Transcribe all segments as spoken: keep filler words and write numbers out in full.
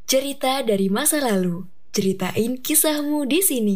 Cerita dari masa lalu. Ceritain kisahmu di sini.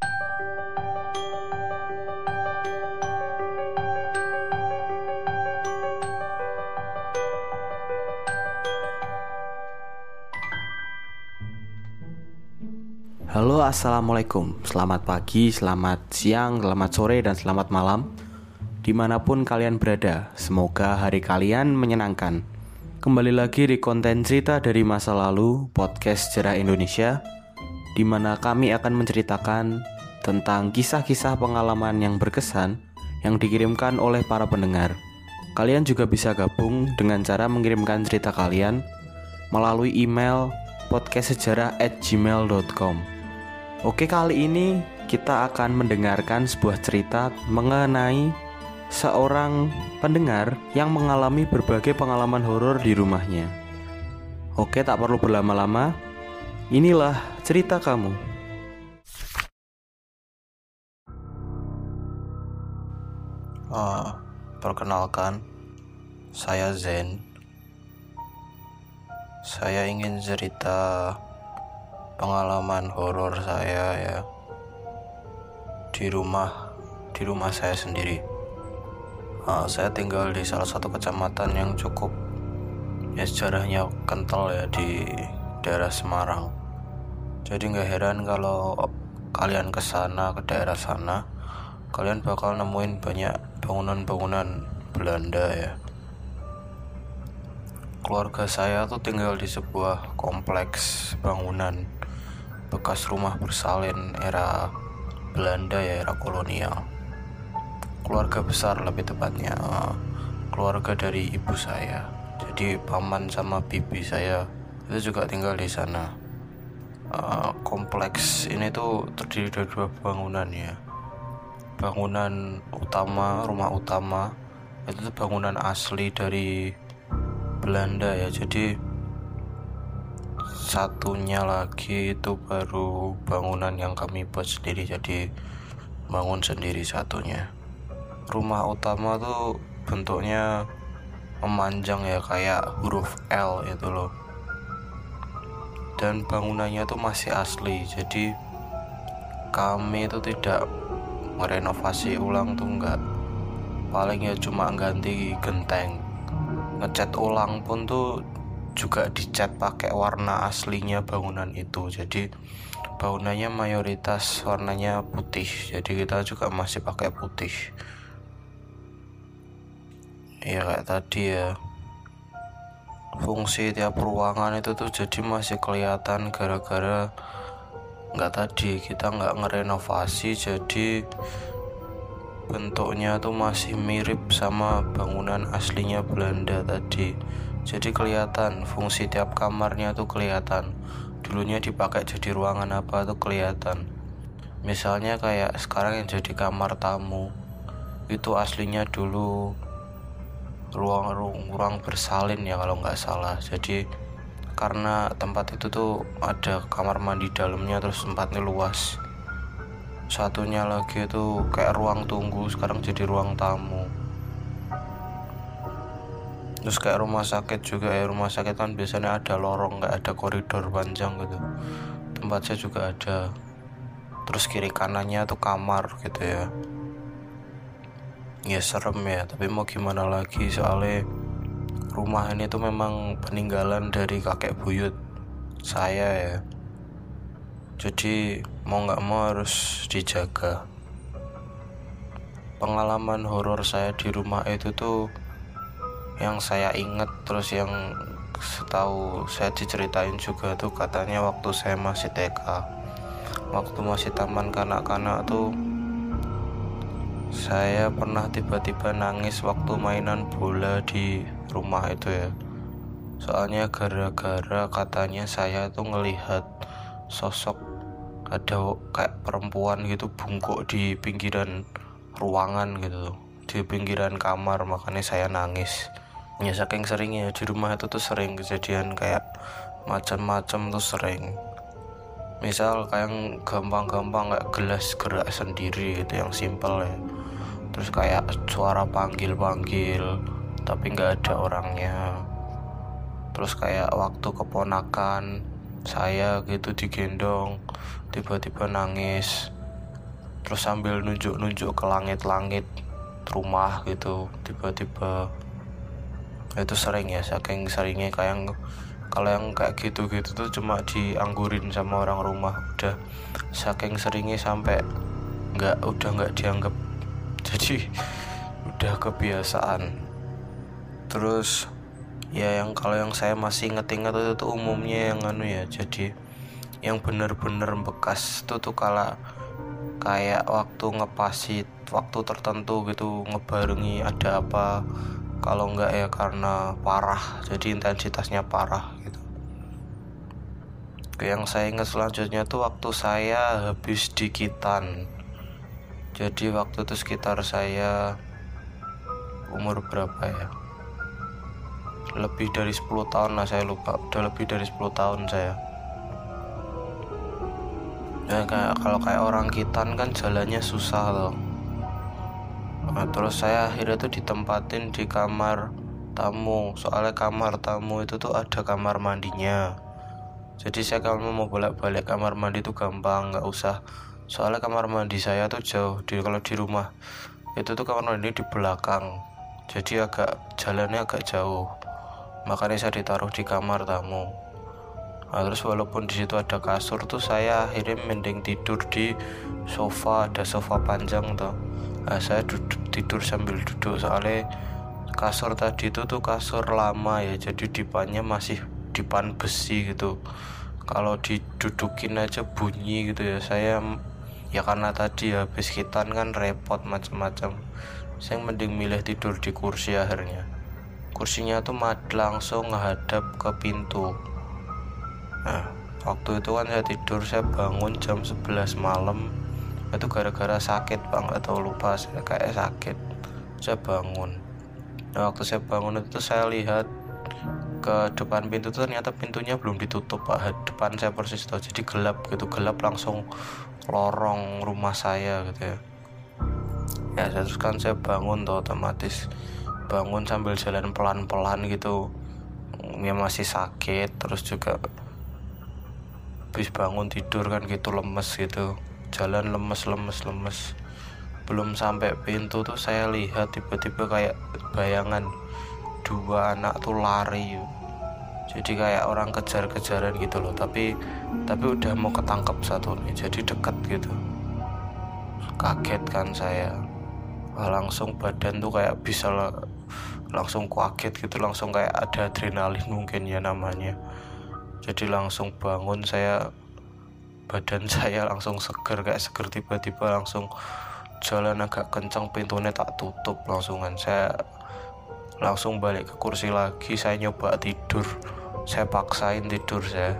Halo, assalamualaikum. Selamat pagi, selamat siang, selamat sore, dan selamat malam dimanapun kalian berada. Semoga hari kalian menyenangkan. Kembali lagi di konten cerita dari masa lalu, podcast Sejarah Indonesia, di mana kami akan menceritakan tentang kisah-kisah pengalaman yang berkesan yang dikirimkan oleh para pendengar. Kalian juga bisa gabung dengan cara mengirimkan cerita kalian melalui email podcast sejarah at gmail dot com. Oke, kali ini kita akan mendengarkan sebuah cerita mengenai seorang pendengar yang mengalami berbagai pengalaman horor di rumahnya. Oke, tak perlu berlama-lama. Inilah cerita kamu. Uh, perkenalkan, saya Zen. Saya ingin cerita pengalaman horor saya ya di rumah di rumah saya sendiri. Uh, saya tinggal di salah satu kecamatan yang cukup ya sejarahnya kental ya di daerah Semarang. Jadi nggak heran kalau kalian kesana ke daerah sana, kalian bakal nemuin banyak bangunan-bangunan Belanda ya. Keluarga saya tuh tinggal di sebuah kompleks bangunan bekas rumah bersalin era Belanda ya, era kolonial. Keluarga besar lebih tepatnya, keluarga dari ibu saya. Jadi paman sama bibi saya itu juga tinggal di sana. Uh, kompleks ini tuh terdiri dari dua bangunan ya. Bangunan utama, rumah utama itu tuh bangunan asli dari Belanda ya. Jadi satunya lagi itu baru bangunan yang kami buat sendiri, jadi bangun sendiri satunya. Rumah utama tuh bentuknya memanjang ya, kayak huruf L itu loh. Dan bangunannya tuh masih asli, jadi kami itu tidak merenovasi ulang tuh enggak. Paling ya cuma ganti genteng. Ngecat ulang pun tuh juga dicat pakai warna aslinya bangunan itu. Jadi bangunannya mayoritas warnanya putih, jadi kita juga masih pakai putih. Ya kayak tadi ya, fungsi tiap ruangan itu tuh jadi masih kelihatan gara-gara nggak tadi kita nggak ngerenovasi, jadi bentuknya tuh masih mirip sama bangunan aslinya Belanda tadi. Jadi kelihatan fungsi tiap kamarnya tuh kelihatan. Dulunya dipakai jadi ruangan apa tuh kelihatan. Misalnya kayak sekarang yang jadi kamar tamu, itu aslinya dulu ruang ruang, ruang bersalin ya kalau nggak salah. Jadi karena tempat itu tuh ada kamar mandi dalamnya, terus tempatnya luas. Satunya lagi itu kayak ruang tunggu, sekarang jadi ruang tamu. Terus kayak rumah sakit juga ya, rumah sakit kan biasanya ada lorong, nggak ada koridor panjang gitu. Tempat saya juga ada. Terus kiri kanannya tuh kamar gitu ya. Ya serem ya, tapi mau gimana lagi, soalnya rumah ini tuh memang peninggalan dari kakek buyut saya ya. Jadi mau gak mau harus dijaga. Pengalaman horor saya di rumah itu tuh yang saya ingat, terus yang setahu saya diceritain juga tuh, katanya waktu saya masih T K, waktu masih taman kanak-kanak tuh, saya pernah tiba-tiba nangis waktu mainan bola di rumah itu ya. Soalnya gara-gara katanya saya tuh ngelihat sosok ada kayak perempuan gitu bungkuk di pinggiran ruangan gitu, di pinggiran kamar, makanya saya nangis. Ya saking seringnya di rumah itu tuh sering kejadian kayak macam-macam tuh sering. Misal kayak gampang-gampang kayak gelas gerak sendiri gitu, yang simple ya. Terus kayak suara panggil-panggil tapi nggak ada orangnya. Terus kayak waktu keponakan saya gitu digendong, tiba-tiba nangis, terus sambil nunjuk-nunjuk ke langit-langit rumah gitu, tiba-tiba. Itu sering ya, saking seringnya kayak kalau yang kayak gitu-gitu tuh cuma dianggurin sama orang rumah. Udah saking seringnya sampai nggak udah nggak dianggap, jadi udah kebiasaan. Terus ya yang kalau yang saya masih inget-inget itu tuh umumnya yang anu ya, jadi yang bener-bener bekas itu tuh kalau kayak waktu ngepasit waktu tertentu gitu, ngebarengi ada apa, kalau enggak ya karena parah, jadi intensitasnya parah gitu. Yang saya ingat selanjutnya tuh waktu saya habis dikitan. Jadi waktu itu sekitar saya umur berapa ya, lebih dari sepuluh tahun lah, saya lupa, udah lebih dari sepuluh tahun saya. Ya kayak kalau kayak orang kitan kan jalannya susah loh. Nah, terus saya akhirnya tuh ditempatin di kamar tamu. Soalnya kamar tamu itu tuh ada kamar mandinya. Jadi saya kalau mau bolak-balik kamar mandi tuh gampang, nggak usah. Soalnya kamar mandi saya tuh jauh. Di kalau di rumah itu tuh kamar mandi di belakang. Jadi agak jalannya agak jauh. Makanya saya ditaruh di kamar tamu. Nah, terus walaupun di situ ada kasur tuh saya akhirnya mending tidur di sofa, ada sofa panjang tuh. Nah, saya duduk, tidur sambil duduk, soalnya kasur tadi itu tuh kasur lama ya, jadi dipannya masih dipan besi gitu. Kalau didudukin aja bunyi gitu ya. Saya ya karena tadi habis kitan kan repot macam-macam. Saya mending milih tidur di kursi akhirnya. Kursinya tuh mad langsung menghadap ke pintu. Nah, waktu itu kan saya tidur, saya bangun jam sebelas malam. Itu gara-gara sakit bang, atau lupa saya kayak sakit. Saya bangun. Nah, waktu saya bangun itu saya lihat ke depan pintu itu ternyata pintunya belum ditutup pak. Depan saya persis tuh, jadi gelap gitu, gelap langsung lorong rumah saya gitu ya. Ya terus kan saya bangun tuh, otomatis bangun sambil jalan pelan-pelan gitu. Ya masih sakit, terus juga habis bangun tidur kan gitu lemes gitu, jalan lemes lemes lemes. Belum sampai pintu tuh saya lihat tiba-tiba kayak bayangan dua anak tuh lari. Jadi kayak orang kejar-kejaran gitu loh, tapi tapi udah mau ketangkep satu nih, jadi deket gitu. Kaget kan saya. Wah, langsung badan tuh kayak bisa lah, langsung kaget gitu, langsung kayak ada adrenalin mungkin ya namanya. Jadi langsung bangun saya, badan saya langsung seger, kayak seger, tiba-tiba langsung jalan agak kencang, pintunya tak tutup langsungan. Saya langsung balik ke kursi lagi, saya nyoba tidur, saya paksain tidur saya.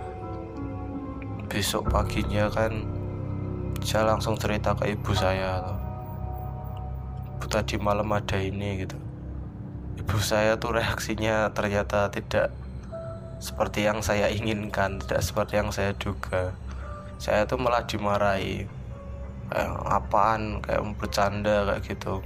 Besok paginya kan saya langsung cerita ke ibu saya loh, ibu tadi malam ada ini gitu. Ibu saya tuh reaksinya ternyata tidak seperti yang saya inginkan, tidak seperti yang saya duga. Saya tuh malah dimarahi, kayak apaan, kayak bercanda kayak gitu.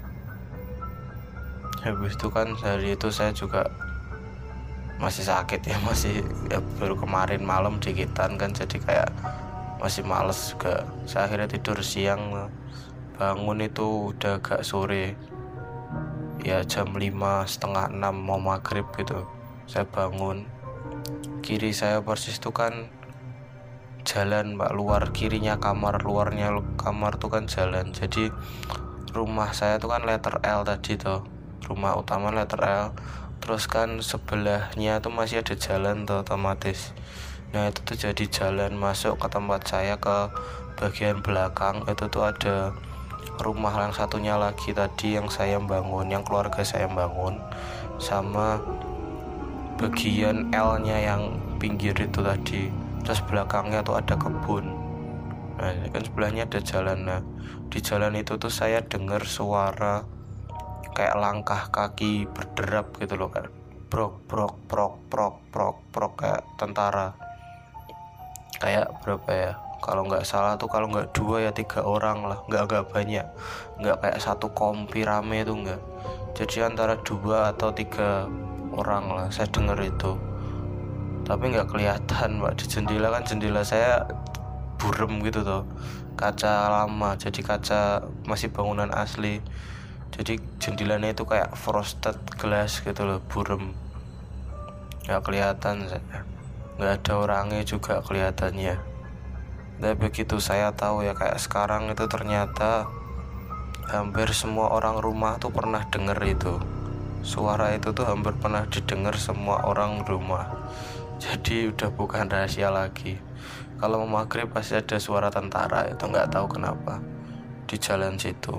Habis itu kan hari itu saya juga masih sakit ya, masih ya, baru kemarin malam dikitan kan, jadi kayak masih males juga. Saya akhirnya tidur siang, bangun itu udah agak sore ya, jam lima setengah enam mau maghrib gitu. Saya bangun, kiri saya persis tuh kan jalan mbak, luar kirinya kamar, luarnya kamar tuh kan jalan. Jadi rumah saya tuh kan letter L tadi tuh, rumah utama letter L, terus kan sebelahnya tuh masih ada jalan tuh otomatis. Nah itu tuh jadi jalan masuk ke tempat saya, ke bagian belakang itu tuh ada rumah yang satunya lagi tadi yang saya bangun, yang keluarga saya bangun, sama bagian L-nya yang pinggir itu tadi. Terus belakangnya tuh ada kebun. Nah kan sebelahnya ada jalan. Nah di jalan itu tuh saya dengar suara kayak langkah kaki berderap gitu loh, kayak brok brok brok brok brok brok kayak tentara. Kayak berapa ya, kalau nggak salah tuh kalau nggak dua ya tiga orang lah, nggak nggak banyak, nggak kayak satu kompi rame itu nggak. Jadi antara dua atau tiga orang lah saya dengar itu. tapi nggak kelihatan Pak. Di jendela kan jendela saya burem gitu tuh, kaca lama, jadi kaca masih bangunan asli, jadi jendelanya itu kayak frosted glass gitu loh, burem, nggak kelihatan saya, nggak ada orangnya juga kelihatannya. Dan begitu saya tahu ya kayak sekarang itu ternyata hampir semua orang rumah tuh pernah denger itu suara itu tuh hampir pernah didengar semua orang rumah. Jadi udah bukan rahasia lagi. Kalau mau maghrib pasti ada suara tentara, itu nggak tahu kenapa di jalan situ.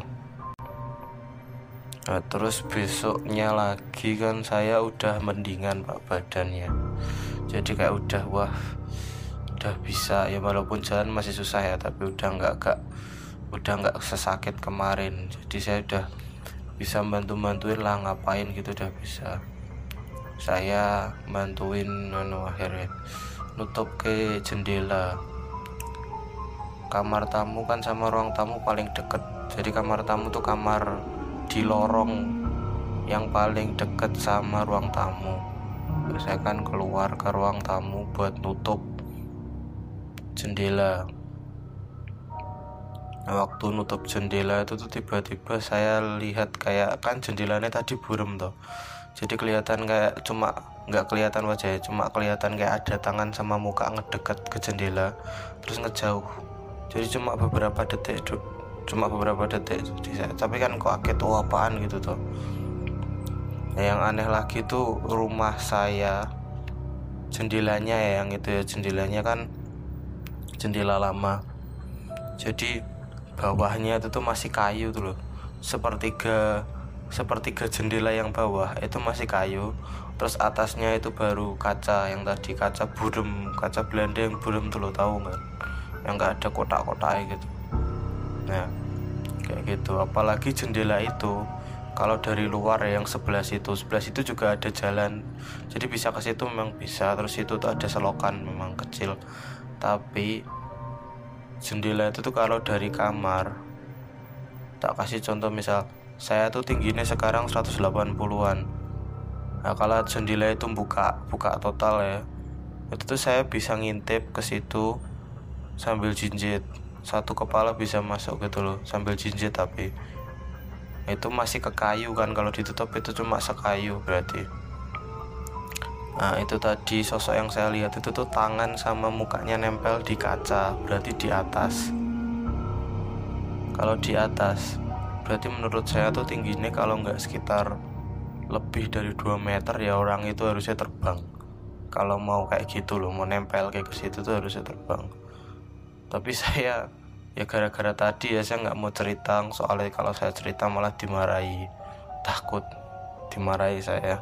Nah, terus besoknya lagi kan saya udah mendingan Pak badannya. Jadi kayak udah wah udah bisa ya, walaupun jalan masih susah ya, tapi udah nggak gak udah nggak sesakit kemarin. Jadi saya udah bisa bantu-bantuin lah, ngapain gitu udah bisa. Saya bantuin anu akhirnya nutup ke jendela. Kamar tamu kan sama ruang tamu paling deket. Jadi kamar tamu tuh kamar di lorong yang paling deket sama ruang tamu. Saya kan keluar ke ruang tamu buat nutup jendela. Nah, waktu nutup jendela itu tuh tiba-tiba saya lihat kayak kan jendelanya tadi burem tuh, jadi kelihatan kayak cuma nggak kelihatan wajahnya, cuma kelihatan kayak ada tangan sama muka ngedeket ke jendela terus ngejauh. Jadi cuma beberapa detik tuh, cuma beberapa detik. Jadi saya, tapi kan kok kaget tuh apaan gitu tuh. Nah, yang aneh lagi tuh rumah saya jendelanya ya yang itu ya, jendelanya kan jendela lama. Jadi bawahnya itu tuh masih kayu tuh loh, sepertiga sepertiga jendela yang bawah itu masih kayu, terus atasnya itu baru kaca, yang tadi kaca burem, kaca Belanda yang burem tuh lo, tahu nggak, yang nggak ada kotak-kotaknya gitu. Nah kayak gitu. Apalagi jendela itu kalau dari luar ya, yang sebelah situ sebelah situ juga ada jalan, jadi bisa ke situ memang bisa. Terus itu tuh ada selokan memang kecil, tapi jendela itu tuh kalau dari kamar, tak kasih contoh, misal saya tuh tingginya sekarang seratus delapan puluhan. Nah kalau jendela itu buka buka total ya, itu tuh saya bisa ngintip ke situ sambil jinjit, satu kepala bisa masuk gitu loh sambil jinjit. Tapi itu masih ke kayu kan, kalau ditutup itu cuma sekayu berarti. Nah itu tadi sosok yang saya lihat itu tuh tangan sama mukanya nempel di kaca, berarti di atas. Kalau di atas berarti menurut saya tuh tingginya kalau nggak sekitar lebih dari dua meter ya, orang itu harusnya terbang. Kalau mau kayak gitu loh, mau nempel kayak ke situ tuh harusnya terbang. Tapi saya ya gara-gara tadi ya saya nggak mau cerita, soalnya kalau saya cerita malah dimarahi, takut dimarahi saya.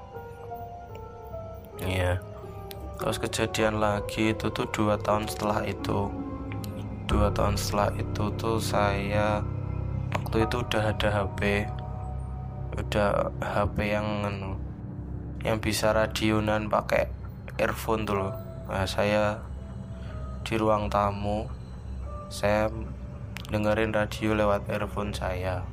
Iya. Terus kejadian lagi itu tuh dua tahun setelah itu. Dua tahun setelah itu tuh saya waktu itu udah ada H P, udah H P yang yang bisa radionan pakai earphone tuh loh. Nah saya di ruang tamu, saya dengerin radio lewat earphone saya.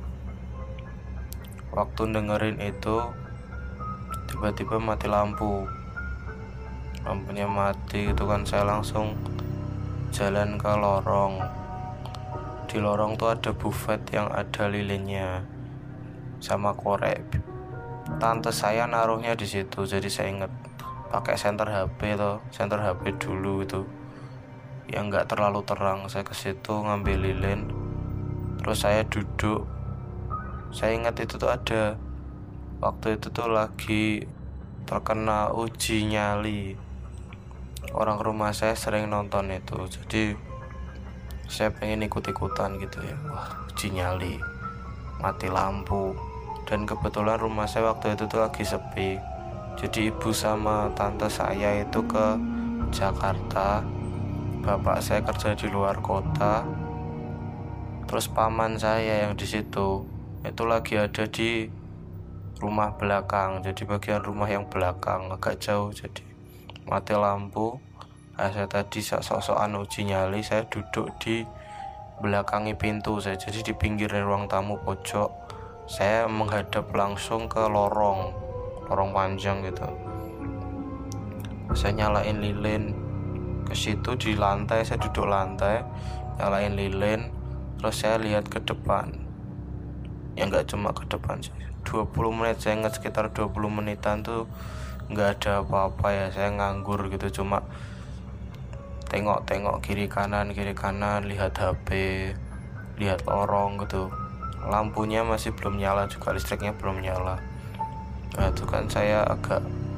Waktu dengerin itu tiba-tiba mati lampu. Lampunya mati itu kan, saya langsung jalan ke lorong. Di lorong tuh ada buffet yang ada lilinnya sama korek. Tante saya naruhnya di situ, jadi saya inget pakai senter H P tuh, senter H P dulu itu yang nggak terlalu terang. Saya ke situ ngambil lilin, terus saya duduk. Saya ingat itu tuh ada waktu itu tuh lagi terkena uji nyali. Orang rumah saya sering nonton itu, jadi saya pengen ikut-ikutan gitu ya. Wah, uji nyali, mati lampu. Dan kebetulan rumah saya waktu itu tuh lagi sepi. Jadi ibu sama tante saya itu ke Jakarta, bapak saya kerja di luar kota. Terus paman saya yang di situ itu lagi ada di rumah belakang, jadi bagian rumah yang belakang agak jauh. Jadi mati lampu. Nah, saya tadi sok-sokan uji nyali, saya duduk di belakangi pintu saya, jadi di pinggir ruang tamu pojok. Saya menghadap langsung ke lorong lorong panjang gitu. Saya nyalain lilin ke situ di lantai, saya duduk lantai, nyalain lilin, terus saya lihat ke depan. Ya nggak cuma ke depan sih, dua puluh menit, saya ingat sekitar dua puluh menitan tuh nggak ada apa-apa ya. Saya nganggur gitu, cuma tengok-tengok kiri kanan kiri kanan, lihat H P, lihat lorong gitu. Lampunya masih belum nyala juga, listriknya belum nyala. Nah itu kan saya agak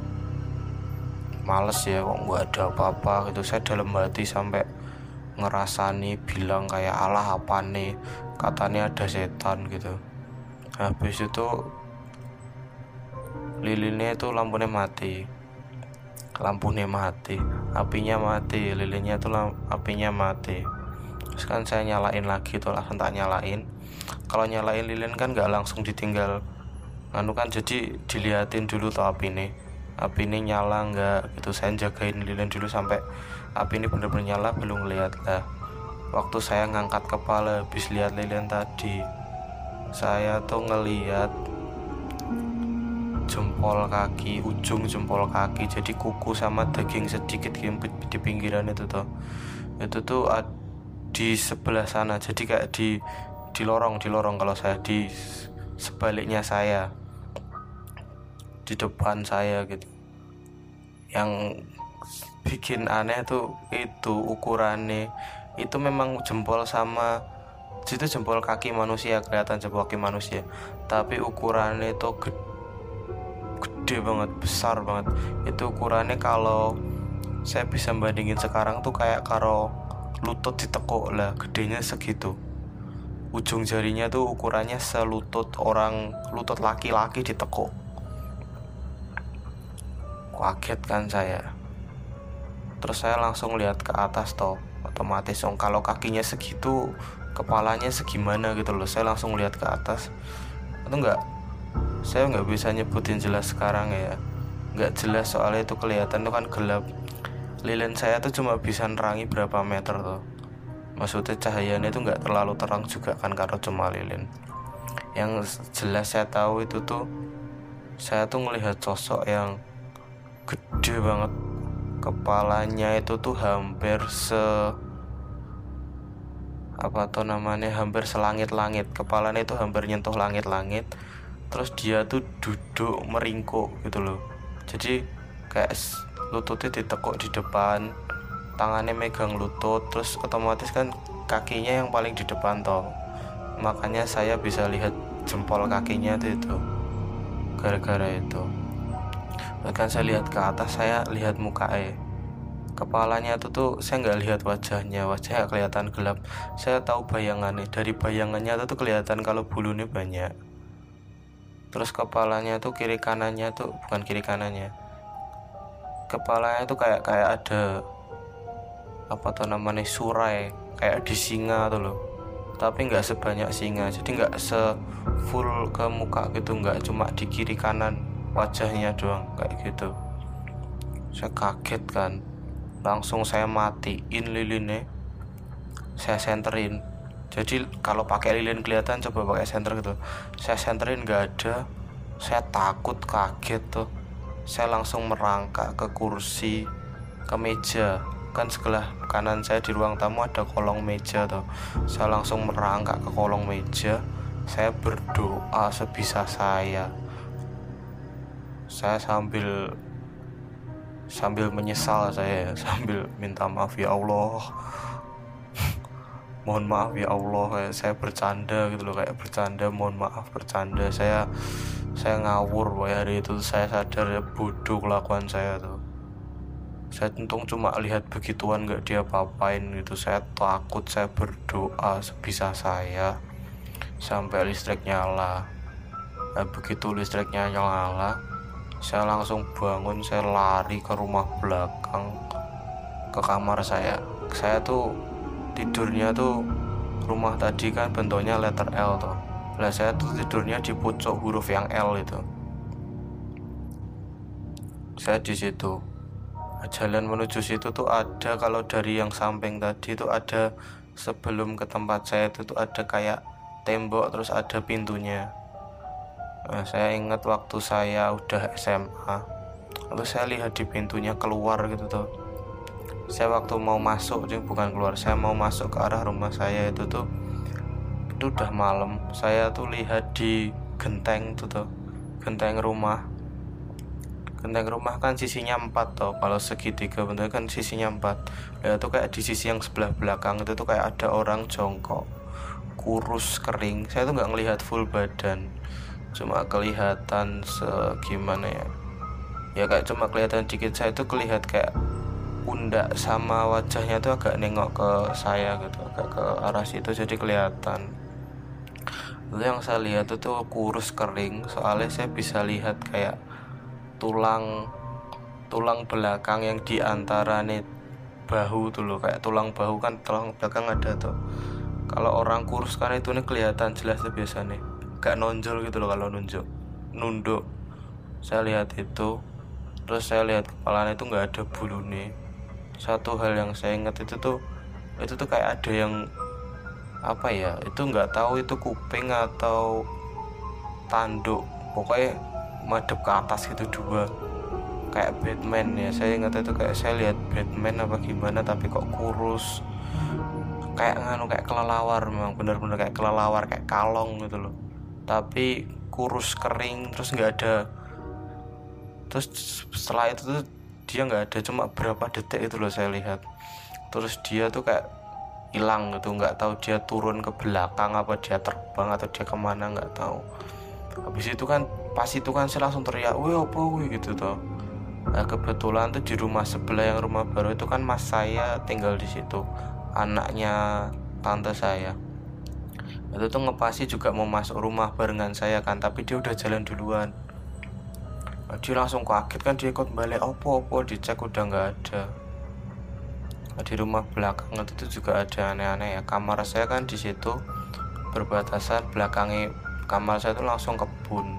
males ya, kok nggak ada apa-apa gitu. Saya dalam hati sampai ngerasani bilang kayak, alah apa nih, katanya ada setan gitu. Habis itu lilinnya itu lampunya mati, lampunya mati, apinya mati, lilinnya tuh lamp- apinya mati. Terus kan saya nyalain lagi tuh, langsung tak nyalain. Kalau nyalain lilin kan nggak langsung ditinggal anu kan, jadi diliatin dulu tuh api ini api ini nyala nggak gitu. Saya jagain lilin dulu sampai api ini bener-bener nyala, belum lihat lah. Waktu saya ngangkat kepala habis lihat lilin tadi, saya tuh ngelihat jempol kaki, ujung jempol kaki, jadi kuku sama daging sedikit di pinggiran itu tuh itu tuh di sebelah sana, jadi kayak di di lorong di lorong kalau saya di sebaliknya saya, di depan saya gitu. Yang bikin aneh tuh itu ukurannya itu memang jempol sama itu jempol kaki manusia, kelihatan jempol kaki manusia, tapi ukurannya itu gede, gede banget, besar banget. Itu ukurannya kalau saya bisa bandingin sekarang tuh kayak karo lutut ditekuk lah, gedenya segitu. Ujung jarinya tuh ukurannya selutut orang, lutut laki-laki ditekuk. Kaget kan saya. Terus saya langsung lihat ke atas toh, otomatis dong, kalau kakinya segitu kepalanya segimana gitu loh. Saya langsung lihat ke atas. Itu enggak, saya nggak bisa nyebutin jelas sekarang ya, nggak jelas soalnya itu kelihatan tuh kan gelap. Lilin saya tuh cuma bisa nerangi berapa meter tuh, maksudnya cahayanya itu nggak terlalu terang juga kan karena cuma lilin. Yang jelas saya tahu itu tuh, saya tuh ngelihat sosok yang gede banget. Kepalanya itu tuh hampir se apa tuh namanya, hampir selangit-langit. Kepalanya itu hampir nyentuh langit-langit. Terus dia tuh duduk meringkuk gitu loh, jadi kayak lututnya ditekuk di depan, tangannya megang lutut, terus otomatis kan kakinya yang paling di depan toh, makanya saya bisa lihat jempol kakinya tuh itu. Gara-gara itu bahkan saya lihat ke atas, saya lihat mukanya, kepalanya tuh tuh saya nggak lihat wajahnya, wajahnya kelihatan gelap. Saya tahu bayangannya, dari bayangannya tuh, tuh kelihatan kalau bulunya banyak. Terus kepalanya tuh kiri kanannya tuh, bukan kiri kanannya, kepalanya tuh kayak kayak ada apa tuh namanya, surai, kayak di singa tuh loh, tapi nggak sebanyak singa, jadi nggak se full ke muka gitu, nggak cuma di kiri kanan wajahnya doang kayak gitu. Saya kaget kan, langsung saya matiin lilinnya, saya senterin. Jadi kalau pakai lilin kelihatan, coba pakai senter gitu. Saya senterin nggak ada. Saya takut, kaget tuh. Saya langsung merangkak ke kursi, ke meja. Kan sebelah kanan saya di ruang tamu ada kolong meja tuh. Saya langsung merangkak ke kolong meja. Saya berdoa sebisa saya. Saya sambil sambil menyesal, saya sambil minta maaf, ya Allah. Mohon maaf ya Allah, kayak saya bercanda gitu loh, kayak bercanda, mohon maaf, bercanda. Saya saya ngawur boy, hari itu saya sadar ya, bodoh kelakuan saya tuh. Saya untung cuma lihat begituan, nggak dia apa-apain gitu. Saya takut, saya berdoa sebisa saya sampai listrik nyala. Nah, begitu listriknya nyala, saya langsung bangun, saya lari ke rumah belakang, ke kamar saya. Saya tuh tidurnya tuh, rumah tadi kan bentuknya letter L tuh. Lah saya tuh tidurnya di pucuk huruf yang L itu. Saya di situ. Jalan menuju situ tuh ada, kalau dari yang samping tadi tuh ada, sebelum ke tempat saya itu tuh ada kayak tembok, terus ada pintunya. Nah, saya ingat waktu saya udah S M A, Lalu saya lihat di pintunya keluar gitu tuh. Saya waktu mau masuk, jadi bukan keluar, saya mau masuk ke arah rumah saya itu tuh, itu udah malam. Saya tuh lihat di genteng tuh tuh, genteng rumah. Genteng rumah kan sisinya empat toh, kalau segitiga bentuknya kan sisinya empat. Ya tuh kayak di sisi yang sebelah belakang itu tuh kayak ada orang jongkok, kurus kering. Saya tuh nggak ngelihat full badan, cuma kelihatan segimana ya, ya kayak cuma kelihatan dikit. Saya tuh kelihat kayak pundak sama wajahnya tuh agak nengok ke saya gitu, agak ke arah situ, jadi kelihatan. Itu yang saya lihat itu tuh kurus kering, soalnya saya bisa lihat kayak tulang tulang belakang yang diantara nih bahu tuh loh, kayak tulang bahu kan tulang belakang ada tuh. Kalau orang kurus kan itu nih kelihatan jelas tuh biasa nih, gak nonjol gitu loh kalau nunjuk nunduk. Saya lihat itu, terus saya lihat kepalanya itu nggak ada bulu nih. Satu hal yang saya ingat itu tuh, itu tuh kayak ada yang apa ya, itu nggak tahu itu kuping atau tanduk, pokoknya madep ke atas gitu dua, kayak Batman ya. Saya ingat itu kayak saya lihat Batman apa gimana, tapi kok kurus, kayak nganu, kayak kelelawar, memang bener-bener kayak kelelawar, kayak kalong gitu loh, tapi kurus kering, terus nggak ada. Terus setelah itu tuh dia nggak ada, cuma berapa detik itu loh saya lihat, terus dia tuh kayak hilang gitu, nggak tahu dia turun ke belakang apa dia terbang atau dia kemana nggak tahu. Habis itu kan pas itu kan saya langsung teriak, wih apa wih gitu toh. Nah kebetulan tuh di rumah sebelah yang rumah baru itu kan mas saya tinggal di situ, anaknya tante saya. Itu tuh ngepasi juga mau masuk rumah barengan saya kan, tapi dia udah jalan duluan. Nah, dia langsung kaget kan, dia ikut balik, opo-opo dicek udah nggak ada. Nah, di rumah belakang itu juga ada aneh-aneh ya. Kamar saya kan di situ berbatasan, belakangnya kamar saya tuh langsung kebun.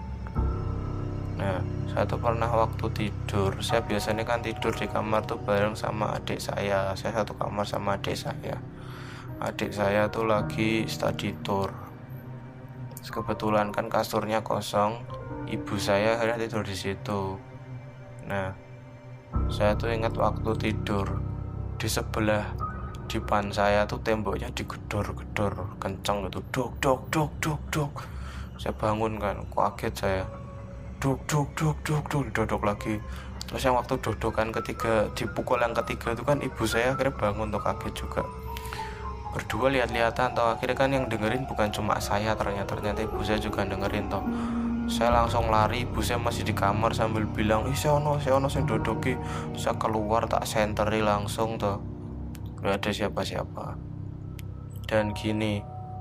Nah saya tuh pernah waktu tidur, saya biasanya kan tidur di kamar tuh bareng sama adik saya. Saya satu kamar sama adik saya. Adik saya tuh lagi study tour. Terus kebetulan kan kasurnya kosong, ibu saya akhirnya tidur di situ. Nah saya tuh ingat waktu tidur, di sebelah depan saya tuh temboknya digedor-gedor kencang gitu, dok dok dok dok dok. Saya bangun kan, kaget saya, dok dok dok dok dok, dodok lagi. Terus yang waktu dodokan ketiga, dipukul yang ketiga itu kan ibu saya akhirnya bangun tuh, kaget juga. Berdua lihat-lihatan toh, akhirnya kan yang dengerin bukan cuma saya, ternyata ternyata ibu saya juga dengerin toh. Saya langsung lari, ibu saya masih di kamar sambil bilang, ih seono seono saya dodoki. Saya keluar tak senteri langsung toh, gak ada siapa-siapa. Dan gini,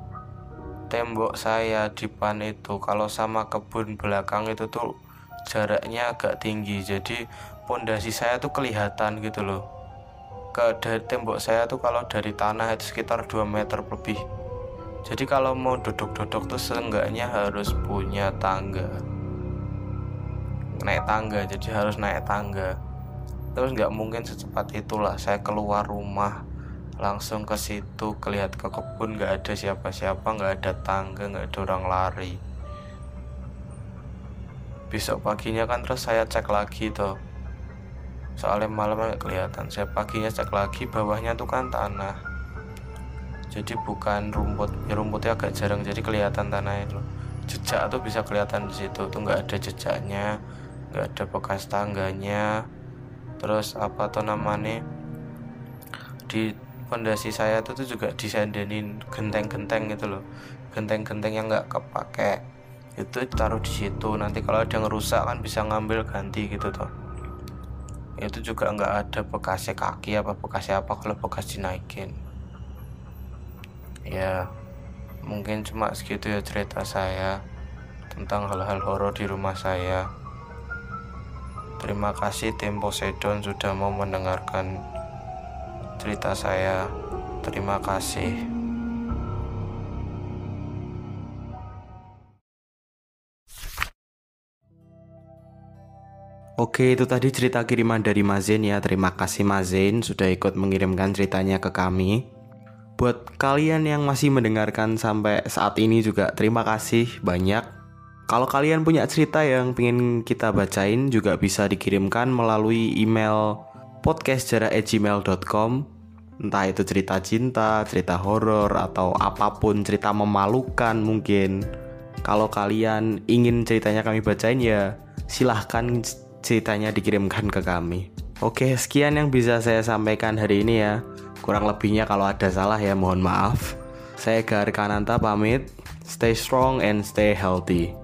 tembok saya depan itu kalau sama kebun belakang itu tuh jaraknya agak tinggi, jadi pondasi saya tuh kelihatan gitu loh. Ke dari tembok saya tuh kalau dari tanah itu sekitar dua meter lebih. Jadi kalau mau duduk-duduk tuh seenggaknya harus punya tangga, naik tangga, jadi harus naik tangga. Terus nggak mungkin secepat itulah saya keluar rumah langsung ke situ, kelihat ke kebun, nggak ada siapa-siapa, nggak ada tangga, nggak ada orang lari. Besok paginya kan terus saya cek lagi tuh, soalnya malam nggak kelihatan. Saya paginya cek lagi, bawahnya tuh kan tanah, jadi bukan rumput. Ya rumputnya agak jarang, jadi kelihatan tanahnya itu. Jejak tuh bisa kelihatan di situ tuh, nggak ada jejaknya, nggak ada bekas tangganya. Terus apa tuh namanya, di pondasi saya tuh, tuh juga disandanin genteng-genteng gitu loh, genteng-genteng yang nggak kepake itu taruh di situ. Nanti kalau ada yang rusak kan bisa ngambil ganti gitu tuh. Itu juga nggak ada bekasnya kaki apa bekasnya apa kalau bekas dinaikin. Ya mungkin cuma segitu ya cerita saya tentang hal-hal horor di rumah saya. Terima kasih tim Poseidon sudah mau mendengarkan cerita saya. Terima kasih. Oke, itu tadi cerita kiriman dari Mazen ya. Terima kasih Mazen sudah ikut mengirimkan ceritanya ke kami. Buat kalian yang masih mendengarkan sampai saat ini juga terima kasih banyak. Kalau kalian punya cerita yang pengen kita bacain juga bisa dikirimkan melalui email podcastjarak at gmail dot com. Entah itu cerita cinta, cerita horor, atau apapun, cerita memalukan mungkin. Kalau kalian ingin ceritanya kami bacain ya silahkan ceritanya dikirimkan ke kami. Oke, sekian yang bisa saya sampaikan hari ini ya. Kurang lebihnya kalau ada salah ya mohon maaf. Saya Garkananta pamit. Stay strong and stay healthy.